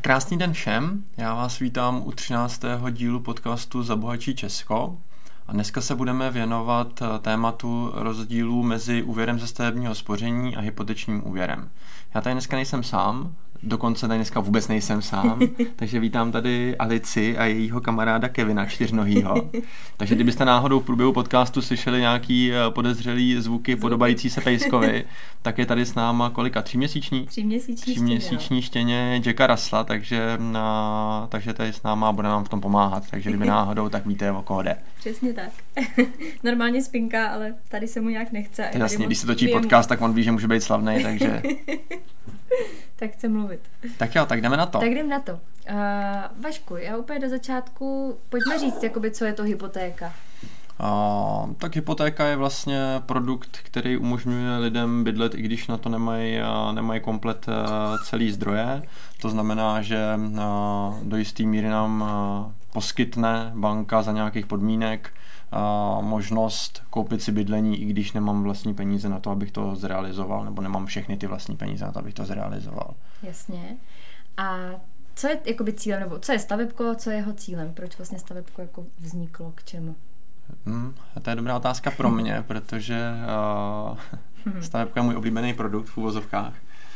Krásný den všem, já vás vítám u 13. dílu podcastu Zabohatší Česko a dneska se budeme věnovat tématu rozdílů mezi úvěrem ze stavebního spoření a hypotečním úvěrem. Já tady dneska nejsem sám, dokonce tady dneska vůbec nejsem sám, takže vítám tady Alici a jejího kamaráda Kevina, čtyřnohýho. Takže kdybyste náhodou v průběhu podcastu slyšeli nějaký podezřelý zvuky podobající se pejskovi, tak je tady s náma kolika? 3měsíční? 3měsíční štěně Jacka Russella, takže tady s náma bude nám v tom pomáhat. Takže kdyby náhodou, tak víte, o koho jde. Přesně tak. Normálně spinká, ale tady se mu nějak nechce. Jasně, když se točí podcast, tak on ví, že může být slavný, takže... Tak chce mluvit. Tak jo, tak jdeme na to. Tak jdem na to. Vašku, já úplně do začátku, pojďme říct, jakoby, co je to hypotéka. Tak hypotéka je vlastně produkt, který umožňuje lidem bydlet, i když na to nemají komplet celý zdroje. To znamená, že do jisté míry nám poskytne banka za nějakých podmínek možnost koupit si bydlení, i když nemám vlastní peníze na to, abych to zrealizoval, nebo nemám všechny ty vlastní peníze na to, abych to zrealizoval. Jasně. A co je jakoby cílem, nebo co je stavebko, co je jeho cílem? Proč vlastně stavebko jako vzniklo, k čemu? To je dobrá otázka pro mě, protože stavebka je můj oblíbený produkt v uvozovkách.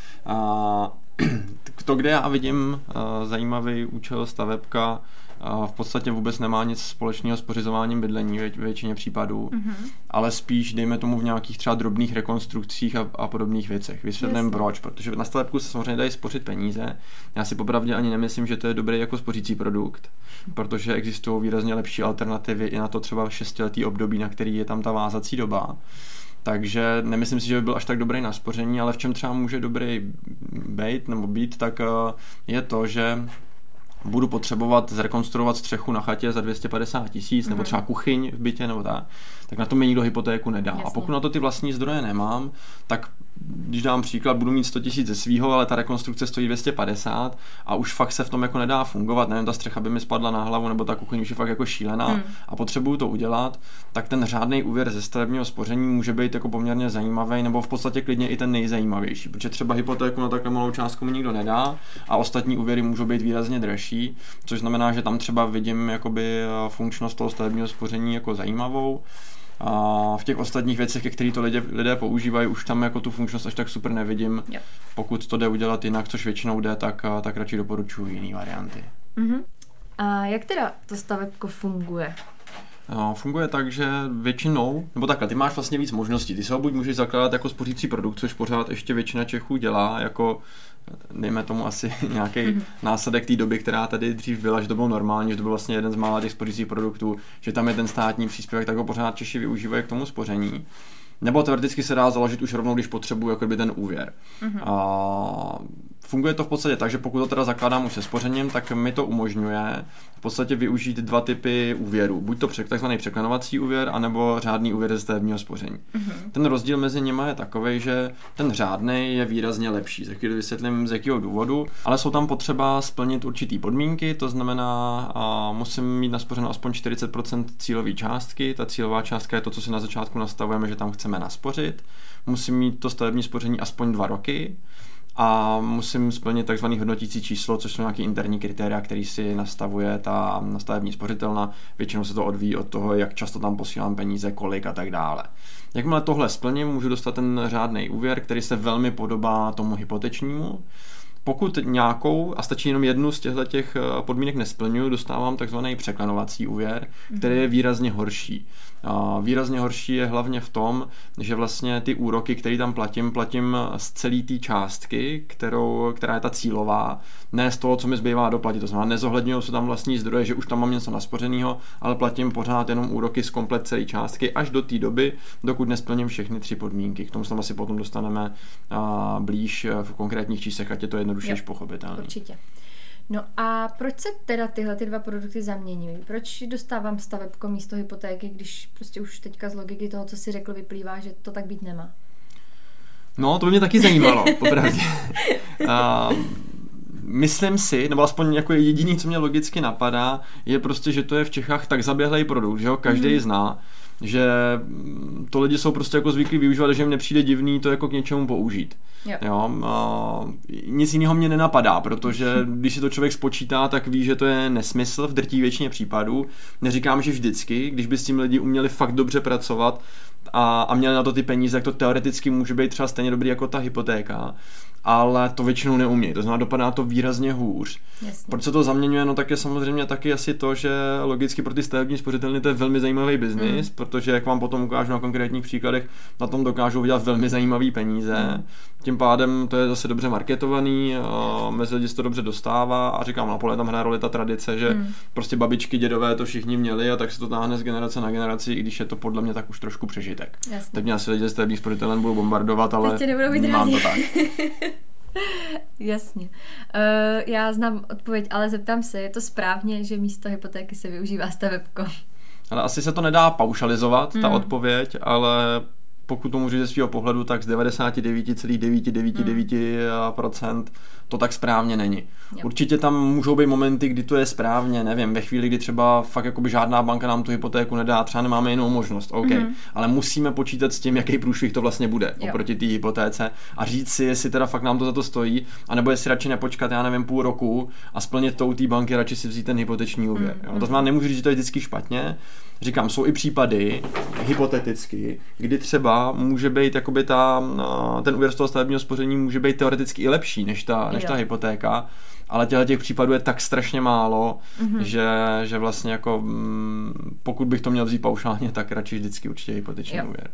To, kde já vidím zajímavý účel stavebka, v podstatě vůbec nemá nic společného s pořizováním bydlení ve většině případů, ale spíš, dejme tomu, v nějakých třeba drobných rekonstrukcích a podobných věcech. Vysvětlím proč, protože na stavebku se samozřejmě dají spořit peníze. Já si popravdě ani nemyslím, že to je dobrý jako spořící produkt, protože existují výrazně lepší alternativy i na to třeba 6letý období, na který je tam ta vázací doba. Takže nemyslím si, že by byl až tak dobrý na spoření, ale v čem třeba může dobrý být, tak je to, že budu potřebovat zrekonstruovat střechu na chatě za 250 000, nebo třeba kuchyň v bytě, nebo tak na to mi nikdo hypotéku nedá. Jasně. A pokud na to ty vlastní zdroje nemám, tak když dám příklad, budu mít 100 000 ze svýho, ale ta rekonstrukce stojí 250 a už fakt se v tom jako nedá fungovat, nevím, ta střecha by mi spadla na hlavu, nebo ta kuchyň už je fakt jako šílená a potřebuju to udělat, tak ten řádný úvěr ze stavebního spoření může být jako poměrně zajímavý, nebo v podstatě klidně i ten nejzajímavější, protože třeba hypotéku na takhle malou částku mi nikdo nedá a ostatní úvěry můžou být výrazně dražší, což znamená, že tam třeba vidím jakoby funkčnost toho stavebního spoření jako zajímavou. A v těch ostatních věcech, které to lidé používají, už tam jako tu funkčnost až tak super nevidím. Yep. Pokud to jde udělat jinak, což většinou jde, tak radši doporučuji jiné varianty. A jak teda to stavebko funguje? Funguje tak, že většinou, nebo takhle, ty máš vlastně víc možností. Ty se ho buď můžeš zakládat jako spořící produkt, což pořád ještě většina Čechů dělá, jako dejme tomu asi nějaký následek té doby, která tady dřív byla, že to bylo normální, že to byl vlastně jeden z mála těch spořících produktů, že tam je ten státní příspěvek, tak ho pořád Češi využívají k tomu spoření. Nebo teoreticky se dá založit už rovnou, když potřebuji jakoby ten úvěr. Funguje to v podstatě tak, že pokud to teda zakládám už se spořením, tak mi to umožňuje v podstatě využít dva typy úvěru. Buď to takzvaný překlenovací úvěr, anebo řádný úvěr ze stavebního spoření. Ten rozdíl mezi nimi je takový, že ten řádný je výrazně lepší. Za chvíli vysvětlím z jakého důvodu, ale jsou tam potřeba splnit určitý podmínky, to znamená, musím mít naspořeno aspoň 40% cílové částky. Ta cílová částka je to, co si na začátku nastavujeme, že tam chceme naspořit. Musím mít to stavební spoření aspoň 2 roky. A musím splnit takzvaný hodnotící číslo, což jsou nějaké interní kritéria, které si nastavuje ta stavební spořitelna. Většinou se to odvíjí od toho, jak často tam posílám peníze, kolik a tak dále. Jakmile tohle splním, můžu dostat ten řádný úvěr, který se velmi podobá tomu hypotečnímu. Pokud nějakou, a stačí jenom jednu z těchto podmínek nesplňuju, dostávám takzvaný překlenovací úvěr, který je výrazně horší. Výrazně horší je hlavně v tom, že vlastně ty úroky, které tam platím z celé té částky, která je ta cílová, ne z toho, co mi zbývá doplatit. To znamená, nezohledňují se tam vlastní zdroje, že už tam mám něco naspořeného, ale platím pořád jenom úroky z komplet celé částky až do té doby, dokud nesplním všechny 3 podmínky. K tomu se asi potom dostaneme blíž v konkrétních číslech, ať je to jednodušší pochopitelné. Určitě. No a proč se teda tyhle 2 produkty zaměňují? Proč dostávám stavebko místo hypotéky, když prostě už teďka z logiky toho, co si řekl, vyplývá, že to tak být nemá? No, to by mě taky zajímalo, popravdě. myslím si, nebo aspoň jako jediný, co mě logicky napadá, je prostě, že to je v Čechách tak zaběhlej produkt, že ho každý zná, že to lidi jsou prostě jako zvyklí využívat, že jim nepřijde divný to jako k něčemu použít. Jo, nic jiného mě nenapadá, protože když si to člověk spočítá, tak ví, že to je nesmysl v drtí většině případů. Neříkám, že vždycky, když by s tím lidi uměli fakt dobře pracovat a měli na to ty peníze, tak to teoreticky může být třeba stejně dobrý jako ta hypotéka, ale to většinou neumějí, to znamená dopadá to výrazně hůř. Jasně. Proč se to zaměňuje? No tak je samozřejmě taky asi to, že logicky pro ty stavební spořitelny to je velmi zajímavý biznis, protože jak vám potom ukážu na konkrétních příkladech, na tom dokážou vydělat velmi zajímavý peníze. Tím pádem to je zase dobře marketovaný, mezi lidi se to dobře dostává a říkám, na pole tam hraje roli ta tradice, že prostě babičky, dědové to všichni měli a tak se to táhne z generace na generaci, i když je to podle mě tak už trošku přežitek. Jasně. Teď mě asi lidi stavebních spořitelen budou bombardovat, ale mám to tak. Jasně. Já znám odpověď, ale zeptám se, je to správně, že místo hypotéky se využívá stavebko? Ale asi se to nedá paušalizovat, ta odpověď, ale pokud to můžu ze svého pohledu, tak z 99,999% to tak správně není. Jo. Určitě tam můžou být momenty, kdy to je správně, nevím, ve chvíli, kdy třeba fakt jakoby žádná banka nám tu hypotéku nedá, třeba nemáme jinou možnost, OK, ale musíme počítat s tím, jaký průšvih to vlastně bude oproti té hypotéce a říct si, jestli teda fakt nám to za to stojí, anebo jestli radši nepočkat, já nevím, půl roku a splnit tou té banky, radši si vzít ten hypoteční úvěr. To znamená, nemůžu říct, že to je vždycky špatně. Říkám, jsou i případy, hypoteticky, kdy třeba může být jakoby ten úvěr z toho stavebního spoření může být teoreticky i lepší než ta hypotéka, ale těch případů je tak strašně málo, že vlastně jako pokud bych to měl vzít paušálně, tak radši vždycky určitě hypoteční úvěr.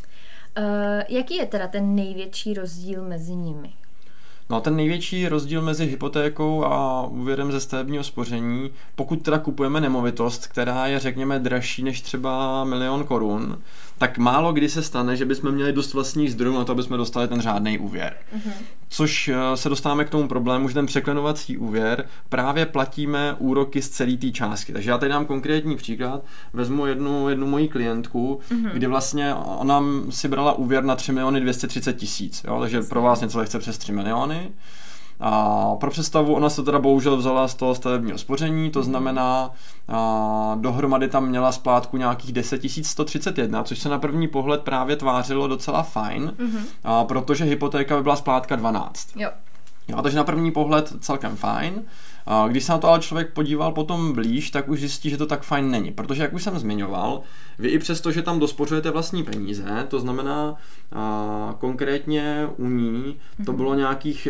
Jaký je teda ten největší rozdíl mezi nimi? No a ten největší rozdíl mezi hypotékou a úvěrem ze stavebního spoření, pokud teda kupujeme nemovitost, která je řekněme dražší než třeba 1 000 000 korun, tak málo kdy se stane, že bychom měli dost vlastních zdrojů na to, aby jsme dostali ten řádný úvěr. Což se dostáváme k tomu problému, že ten překlenovací úvěr právě platíme úroky z celé té částky. Takže já tady dám konkrétní příklad, vezmu jednu moji klientku, kdy vlastně ona si brala úvěr na 3 230 000, takže pro vás něco lehce přes 3 miliony. A pro představu, ona se teda bohužel vzala z toho stavebního spoření, to znamená, dohromady tam měla splátku nějakých 10 131, což se na první pohled právě tvářilo docela fajn, protože hypotéka by byla splátka 12. Jo, takže na první pohled celkem fajn. Když se na to ale člověk podíval potom blíž, tak už zjistí, že to tak fajn není, protože jak už jsem zmiňoval, vy i přesto, že tam dospořujete vlastní peníze, to znamená konkrétně u ní to bylo nějakých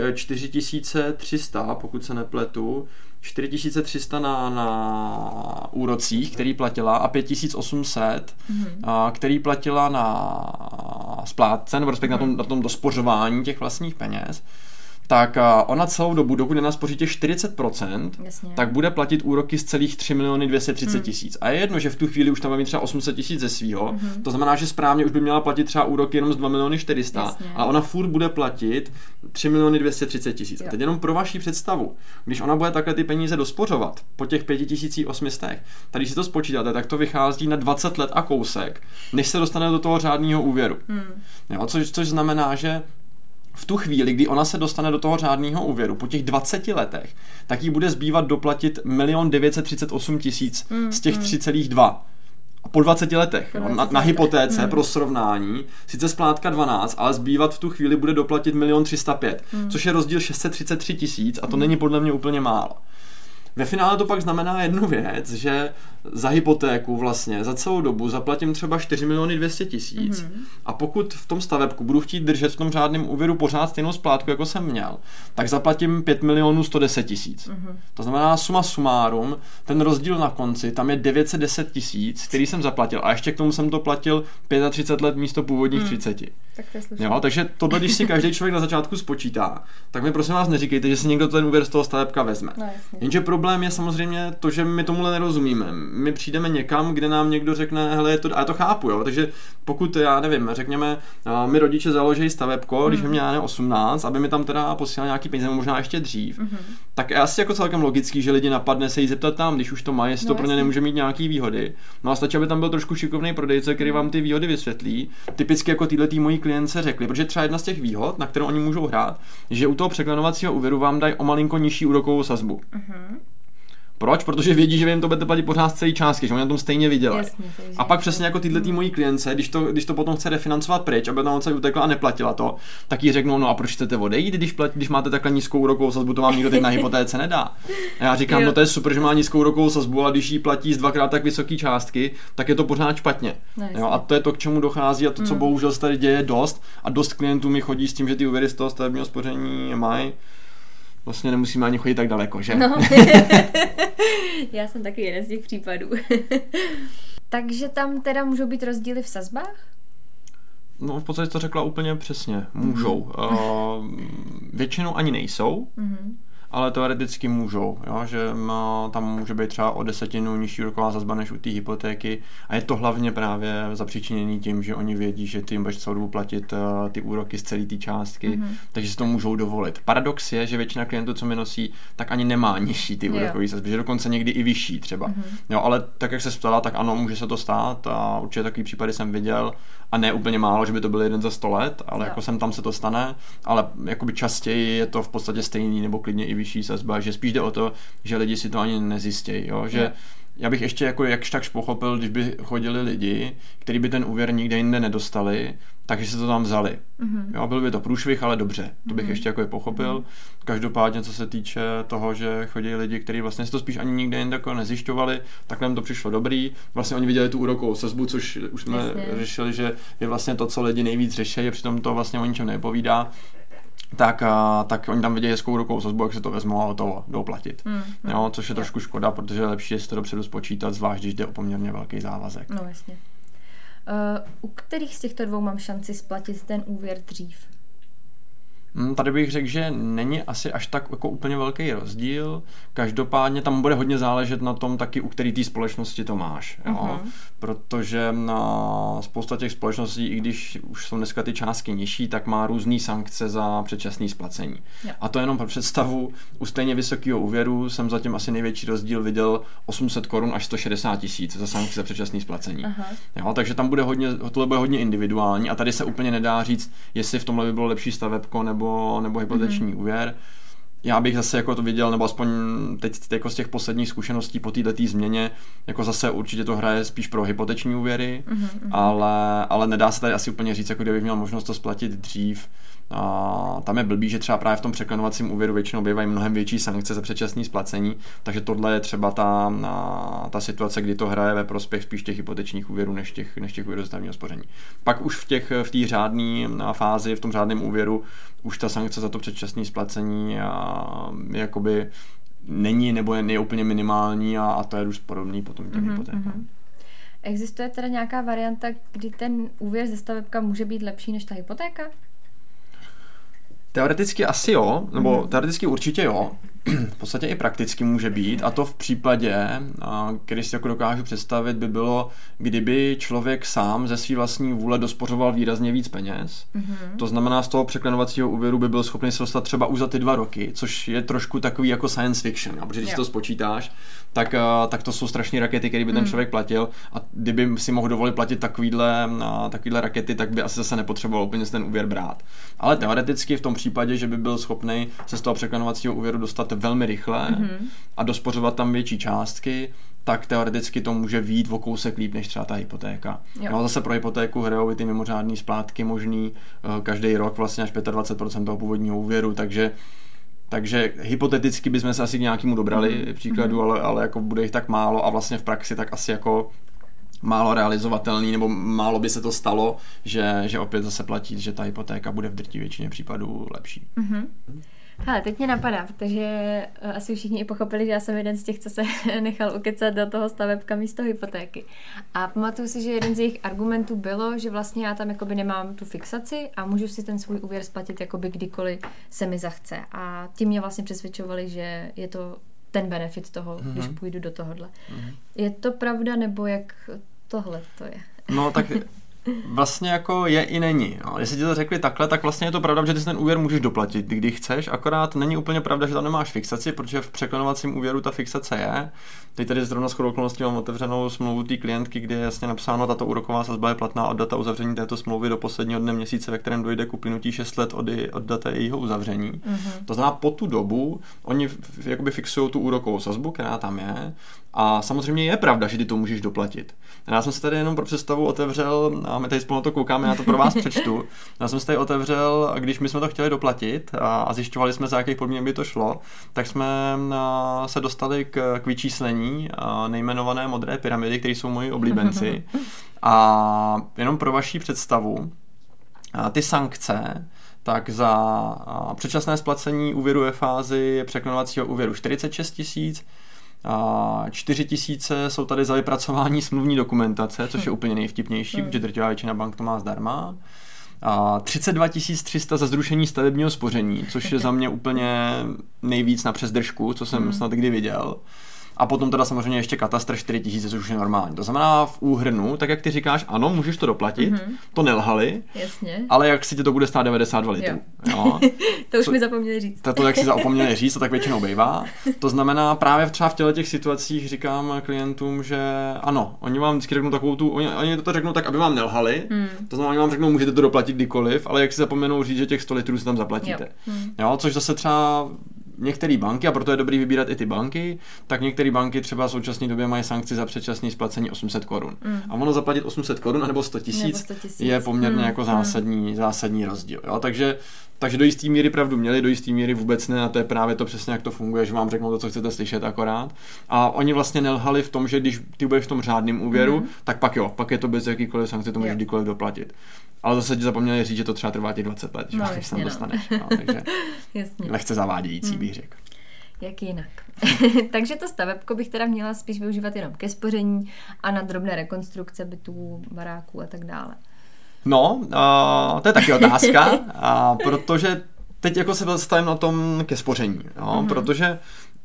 4300, pokud se nepletu, 4300 na úrocích, který platila, a 5800, který platila na splátce, nebo respektive na tom dospořování těch vlastních peněz. Tak ona celou dobu, dokud nenaspoří těch 40%, tak bude platit úroky z celých 3 230 000. A je jedno, že v tu chvíli už tam má mít třeba 800 000 ze svýho, to znamená, že správně už by měla platit třeba úroky jenom z 2 400 000, a ona furt bude platit 3 230 000. A teď jenom pro vaši představu, když ona bude takhle ty peníze dospořovat po těch 5800, tak když si to spočítáte, tak to vychází na 20 let a kousek, než se dostane do toho řádného úvěru. Jo, což znamená, že v tu chvíli, kdy ona se dostane do toho řádného úvěru, po těch 20 letech, tak jí bude zbývat doplatit 1 938 000 z těch 3,2. A po 20 letech, na hypotéce pro srovnání, sice splátka 12, ale zbývat v tu chvíli bude doplatit 1 305 000, což je rozdíl 633 000 a to není podle mě úplně málo. Ve finále to pak znamená jednu věc, že za hypotéku vlastně za celou dobu zaplatím třeba 4 200 000 a pokud v tom stavebku budu chtít držet v tom řádném úvěru pořád stejnou splátku, jako jsem měl, tak zaplatím 5 110 000. To znamená suma sumárum, ten rozdíl na konci, tam je 910 000, který jsem zaplatil, a ještě k tomu jsem to platil 35 let místo původních 30. Tak to je slušný. Jo, takže tohle, když si každý člověk na začátku spočítá, tak mi prosím vás neříkejte, že si někdo ten úvěr z toho stavebka vezme. No, jenže problém je samozřejmě to, že my tomuhle nerozumíme. My přijdeme někam, kde nám někdo řekne, hele, a já to chápu, jo, takže pokud, já nevím, řekněme, my rodiče založí stavebko, když mi měla 18, aby mi tam teda posílali nějaký peníze, možná ještě dřív, tak je asi jako celkem logický, že lidi napadne se jí zeptat tam, když už to mají, jestli to pro ně nemůže mít nějaký výhody. No a stačí, aby tam byl trošku šikovný prodejce, který vám ty výhody vysvětlí. Typicky jako tyhle mojí klientce řekli, protože třeba jedna z těch výhod, na kterou oni můžou hrát, že u toho překlenovacího úvěru vám dají o malinko nižší úrokovou sazbu. Proč? Protože vědí, že vy jim to budete platit pořád z celé částky, že oni na tom stejně vydělají. A pak přesně jako tyhle mojí klience, když to potom chce refinancovat pryč, aby tam celý utekla a neplatila to, tak jí řeknou, no a proč chcete odejít, když máte takhle nízkou úrokovou sazbu, to vám nikdo teď na hypotéce nedá. A já říkám, no to je super, že má nízkou úrokovou sazbu, ale když jí platí z dvakrát tak vysoké částky, tak je to pořád špatně. Jo, a to je to, k čemu dochází a to, co bohužel se tady děje dost a dost klientů mi chodí s tím, že ty úvěry z toho stavebního spoření mají. Vlastně nemusíme ani chodit tak daleko, že? No. Já jsem taky jeden z těch případů. Takže tam teda můžou být rozdíly v sazbách? No v podstatě to řekla úplně přesně. Můžou. Většinou ani nejsou, ale teoreticky můžou, jo? Že tam může být třeba o 10 nižší úroková sazba než u té hypotéky a je to hlavně právě zapříčiněný tím, že oni vědí, že ty jim budeš celou dobu platit ty úroky z celé té částky, takže si to můžou dovolit. Paradox je, že většina klientů, co mi nosí, tak ani nemá nižší ty úrokové sazby, že dokonce někdy i vyšší třeba. Jo, ale tak, jak se ptala, tak ano, může se to stát a určitě takový případy jsem viděl a ne úplně málo, že by to byl jeden za 100 let, ale jako tam se to stane, ale jakoby častěji je to v podstatě stejný nebo klidně i vyšší sazba, že spíš jde o to, že lidi si to ani nezjistějí, jo, že já bych ještě jako jakž takž pochopil, když by chodili lidi, kteří by ten úvěr nikde jinde nedostali, takže se to tam vzali. Jo, byl by to průšvih, ale dobře, to bych ještě jako pochopil. Každopádně, co se týče toho, že chodí lidi, kteří vlastně si to spíš ani nikde jinde jako nezjišťovali, takhle jim to přišlo dobrý. Vlastně oni viděli tu úrokovou sazbu, což už jsme řešili, že je vlastně to, co lidi nejvíc řeší, a přitom to vlastně o ničem nepovídá. Tak oni tam vidějí hezkou úrokovou sazbu, jak se to vezmou a hotovo, jdou platit. Jo, což je trošku škoda, protože je lepší si to dopředu spočítat, zvlášť když jde o poměrně velký závazek. No jasně. U kterých z těchto dvou mám šanci splatit ten úvěr dřív? Tady bych řekl, že není asi až tak jako úplně velký rozdíl. Každopádně tam bude hodně záležet na tom taky, u který té společnosti to máš. Jo? Protože na spousta těch společností, i když už jsou dneska ty částky nižší, tak má různý sankce za předčasné splacení. Jo. A to jenom pro představu, u stejně vysokého úvěru jsem zatím asi největší rozdíl viděl 800 korun až 160 000 za sankce za předčasné splacení. Jo? Takže tam tohle bude hodně individuální a tady se úplně nedá říct, jestli v tomhle by bylo lepší stavebko nebo hypoteční úvěr. Já bych zase jako to viděl, nebo aspoň teď jako z těch posledních zkušeností po této změně, jako zase určitě to hraje spíš pro hypoteční úvěry, ale nedá se tady asi úplně říct, jako kdybych měl možnost to splatit dřív. Tam je blbý, že třeba právě v tom překlenovacím úvěru většinou bývají mnohem větší sankce za předčasné splacení, takže tohle je třeba ta situace, kdy to hraje ve prospěch spíš těch hypotečních úvěrů než těch úvěrů ze stavebního spoření. Pak už v té řádné fázi, v tom řádném úvěru, už ta sankce za to předčasné splacení jakoby není nebo je úplně minimální a to je už podobný potom těm hypotékám. Existuje teda nějaká varianta, kdy ten úvěr ze stavebka může být lepší než ta hypotéka? Teoreticky asi jo, nebo teoreticky určitě jo. V podstatě i prakticky může být a to v případě, když si jako dokážu představit, by bylo, kdyby člověk sám ze své vlastní vůle dospořoval výrazně víc peněz. To znamená, z toho překlenovacího úvěru by byl schopný se dostat třeba už za ty 2 roky, což je trošku takový jako science fiction, protože když to spočítáš, tak to jsou strašné rakety, které by ten člověk platil a kdyby si mohl dovolit platit takovýhle rakety, tak by asi zase nepotřeboval úplně ten úvěr brát. Ale teoreticky v tom případě, že by byl schopný se z toho překlenovacího úvěru dostat velmi rychle a dospořovat tam větší částky, tak teoreticky to může vyjít o kousek líp než třeba ta hypotéka. No a zase pro hypotéku hrajou i ty mimořádné splátky možný každý rok vlastně až 25% toho původního úvěru, takže hypoteticky bychom se asi k nějakému dobrali příkladu, ale jako bude jich tak málo a vlastně v praxi tak asi jako málo realizovatelný, nebo málo by se to stalo, že opět zase platí, že ta hypotéka bude v drtivé většině případů lepší. Hele, teď mě napadá, protože asi všichni i pochopili, že já jsem jeden z těch, co se nechal ukecat do toho stavebka místo hypotéky. A pamatuju si, že jeden z jejich argumentů bylo, že vlastně já tam jakoby nemám tu fixaci a můžu si ten svůj úvěr splatit jakoby kdykoliv se mi zachce. A tím mě vlastně přesvědčovali, že je to ten benefit toho, když půjdu do tohohle. Je to pravda, nebo jak tohle to je? No tak vlastně jako je i není. No. Jestli ti to řekli takhle, tak vlastně je to pravda, že ty si ten úvěr můžeš doplatit, kdy chceš, akorát není úplně pravda, že tam nemáš fixaci, protože v překlenovacím úvěru ta fixace je. Teď tady zrovna shodou okolností mám otevřenou smlouvu té klientky, kde je jasně napsáno, tato úroková sazba je platná od data uzavření této smlouvy do posledního dne měsíce, ve kterém dojde k uplynutí 6 let od data jejího uzavření. To znamená, po tu dobu oni jakoby fixují tu úrokovou sazbu, která tam je. A samozřejmě je pravda, že ty to můžeš doplatit. Já jsem se tady jenom pro představu otevřel, a my tady spolu na to koukáme, já to pro vás přečtu. Já jsem se tady otevřel, když my jsme to chtěli doplatit a zjišťovali jsme, za jakých podmínek by to šlo, tak jsme se dostali k vyčíslení nejmenované modré pyramidy, které jsou moji oblíbenci. A jenom pro vaši představu, ty sankce, tak za předčasné splacení úvěru ve fázi překlenovacího úvěru 46 000, 4 000 jsou tady za vypracování smluvní dokumentace, což je úplně nejvtipnější, protože drtivá většina bank to má zdarma. 32 300 za zrušení stavebního spoření, což je za mě úplně nejvíc na přesdržku, co jsem snad kdy viděl. A potom teda samozřejmě ještě katastr 4 000, což už je normální. To znamená v úhrnu, tak jak ty říkáš, ano, můžeš to doplatit, to nelhali, jasně. Ale jak si tě to bude stát 92 litrů. Jo. To už mi zapomněli říct. To, jak si zapomněli říct, to tak většinou bývá. To znamená, právě třeba v těch situacích říkám klientům, že ano, oni vám vždycky řeknou takovou tu, oni to řeknou tak, aby vám nelhali, to znamená, oni vám řeknou, můžete to doplatit kdykoliv, ale jak si zapomenou říct, že těch 100 litrů si tam zaplatíte. Jo, což zase třeba některé banky, a proto je dobrý vybírat i ty banky, tak některé banky třeba v současné době mají sankci za předčasné splacení 800 korun. A ono zaplatit 800 korun nebo 100 000 je poměrně jako zásadní rozdíl. Jo? Takže do jisté míry pravdu měli, do jisté míry vůbec ne, a to je právě to přesně, jak to funguje, že vám řeknou to, co chcete slyšet akorát. A oni vlastně nelhali v tom, že když ty budeš v tom řádném úvěru, tak pak je to bez jakýkoliv sankce, to můžeš kdykoliv doplatit. Ale zase ti zapomněli říct, že to třeba trvá těch 20 let, že se tam dostaneš. No, takže lehce zavádějící, bych řekl. Jak jinak. Takže to stavebko bych teda měla spíš využívat jenom ke spoření a na drobné rekonstrukce bytů, baráků a tak dále. No, to je taky otázka, protože teď jako se stavím na tom ke spoření, protože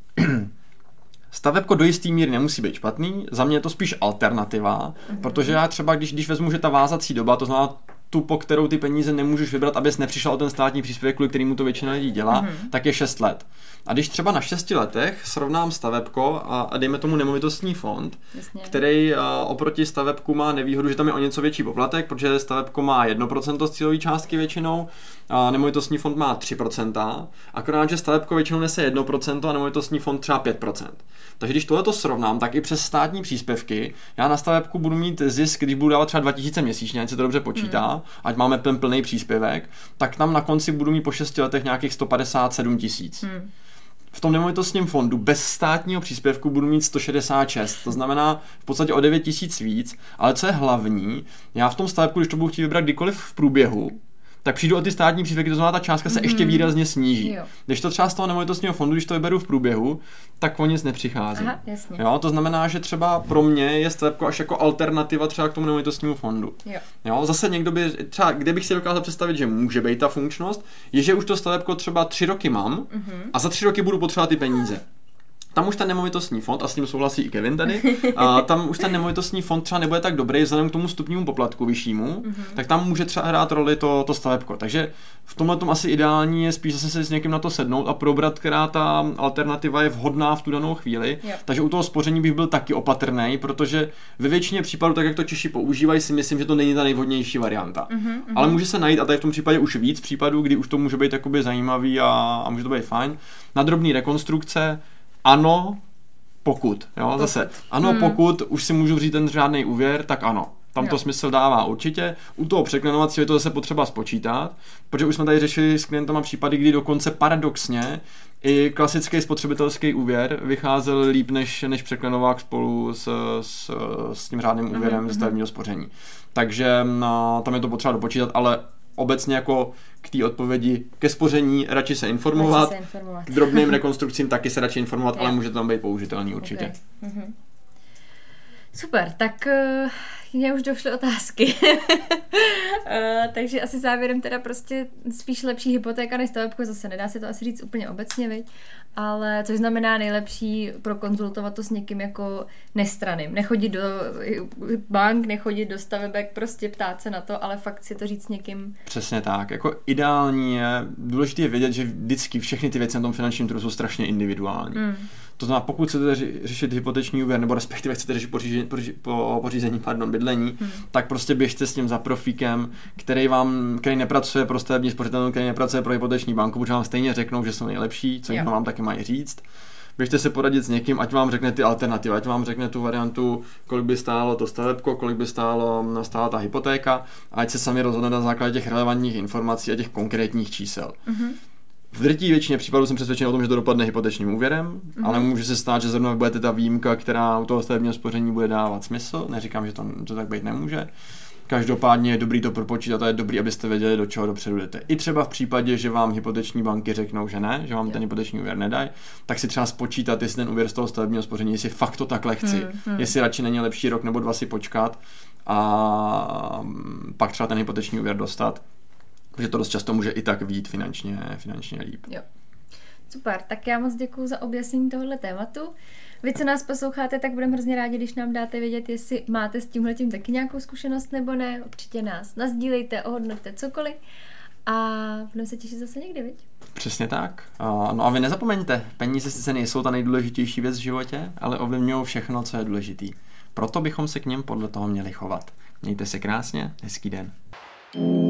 stavebko do jistý míry nemusí být špatný, za mě je to spíš alternativa, protože já třeba, když vezmu, že ta vázací doba, to znamená tu, po kterou ty peníze nemůžeš vybrat, abys nepřišel o ten státní příspěvek, kvůli kterému to většina lidí dělá, tak je 6 let. A když třeba na 6 letech srovnám stavebko a dejme tomu nemovitostní fond, který oproti stavebku má nevýhodu, že tam je o něco větší poplatek, protože stavebko má 1% z cílové částky většinou, a nemovitostní fond má 3%, akorát, že stavebko většinou nese 1% a nemovitostní fond třeba 5%. Takže když tohleto srovnám, tak i přes státní příspěvky já na stavebku budu mít zisk, když budu dávat třeba 2000 měsíčně, ať se to dobře počítá, ať máme plný příspěvek, tak tam na konci budu mít po 6 letech nějakých 157 000. V tom nemovitostním fondu bez státního příspěvku budu mít 166, to znamená v podstatě o 9 000 víc, ale co je hlavní, já v tom stavebku, když to budu chtít vybrat kdykoliv v průběhu, tak přijdu o ty státní příspěvky, to znamená, ta částka se ještě výrazně sníží. Jo. Když to třeba z toho nemovitostního fondu, když to vyberu v průběhu, tak o nic nepřichází. Aha, jasně. Jo, to znamená, že třeba pro mě je stavebko až jako alternativa třeba k tomu nemovitostnímu fondu. Jo, zase někdo by, třeba kde bych si dokázal představit, že může být ta funkčnost, je, že už to stavebko třeba 3 roky mám a za 3 roky budu potřebovat ty peníze. Tam už ten nemovitostní fond, a s tím souhlasí i Kevin tady, a tam už ten nemovitostní fond třeba nebude tak dobrý vzhledem k tomu stupnímu poplatku vyššímu, tak tam může třeba hrát roli to stavebko. Takže v tomhle tom asi ideální je spíš zase se s někým na to sednout a probrat, která ta alternativa je vhodná v tu danou chvíli. Jo. Takže u toho spoření bych byl taky opatrný, protože ve většině případů, tak jak to Češi používají, si myslím, že to není ta nejvhodnější varianta. Ale může se najít, a tady v tom případě už víc případů, kdy už to může být jakoby zajímavý a může to být fajn. Na drobný rekonstrukce ano, pokud. Jo, zase. Ano, pokud už si můžu vzít ten řádný úvěr, tak ano. Tam to smysl dává určitě. U toho překlenovacího je to zase potřeba spočítat, protože už jsme tady řešili s klientama případy, kdy dokonce paradoxně i klasický úvěr vycházel líp než překlenovák spolu s tím řádným úvěrem ze stavebního spoření. Takže tam je to potřeba dopočítat, ale obecně jako k té odpovědi ke spoření radši se informovat, k drobným rekonstrukcím taky se radši informovat, ale může to tam být použitelný určitě. Okay. Super, tak mně už došly otázky. Takže asi závěrem teda prostě spíš lepší hypotéka než stavebko, zase nedá se to asi říct úplně obecně, viď? Ale což znamená nejlepší prokonzultovat to s někým jako nestranným. Nechodit do bank, nechodit do stavebek, prostě ptát se na to, ale fakt si to říct s někým. Přesně tak. Jako ideální je, důležité je vědět, že vždycky všechny ty věci na tom finančním trhu jsou strašně individuální. To znamená, pokud chcete řešit hypoteční úvěr, nebo respektive chcete řešit pořízení bydlení, tak prostě běžte s tím za profíkem, který nepracuje pro stavební spořitelnu, který nepracuje pro hypoteční banku, protože vám stejně řeknou, že jsou nejlepší, co jim vám taky mají říct. Běžte se poradit s někým, ať vám řekne ty alternativy, ať vám řekne tu variantu, kolik by stálo to stavebko, kolik by stála ta hypotéka, a ať se sami rozhodne na základě těch relevantních informací a těch konkrétních čísel. V drtí většině případů jsem přesvědčen o tom, že to dopadne hypotečním úvěrem, ale může se stát, že zrovna budete ta výjimka, která u toho stavebního spoření bude dávat smysl. Neříkám, že to tak být nemůže. Každopádně je dobrý to propočítat a je dobrý, abyste věděli, do čeho dopředu jdete. I třeba v případě, že vám hypoteční banky řeknou, že ne, že vám ten hypoteční úvěr nedají, tak si třeba spočítat, jestli ten úvěr z toho stavebního spoření, jestli fakt to takhle chci, jestli radši není lepší rok nebo 2 si počkat a pak třeba ten hypoteční úvěr dostat. Protože to dost často může i tak vyjít finančně líp. Jo. Super, tak já moc děkuju za objasnění tohoto tématu. Vy, co nás posloucháte, tak budeme hrozně rádi, když nám dáte vědět, jestli máte s tímhletím taky nějakou zkušenost nebo ne. Určitě nás nasdílejte, ohodnoťte cokoliv a budeme se těšit zase někdy, viď? Přesně tak. No a vy nezapomeňte, peníze sice nejsou ta nejdůležitější věc v životě, ale ovlivňují všechno, co je důležitý. Proto bychom se k něm podle toho měli chovat. Mějte se krásně, hezký den.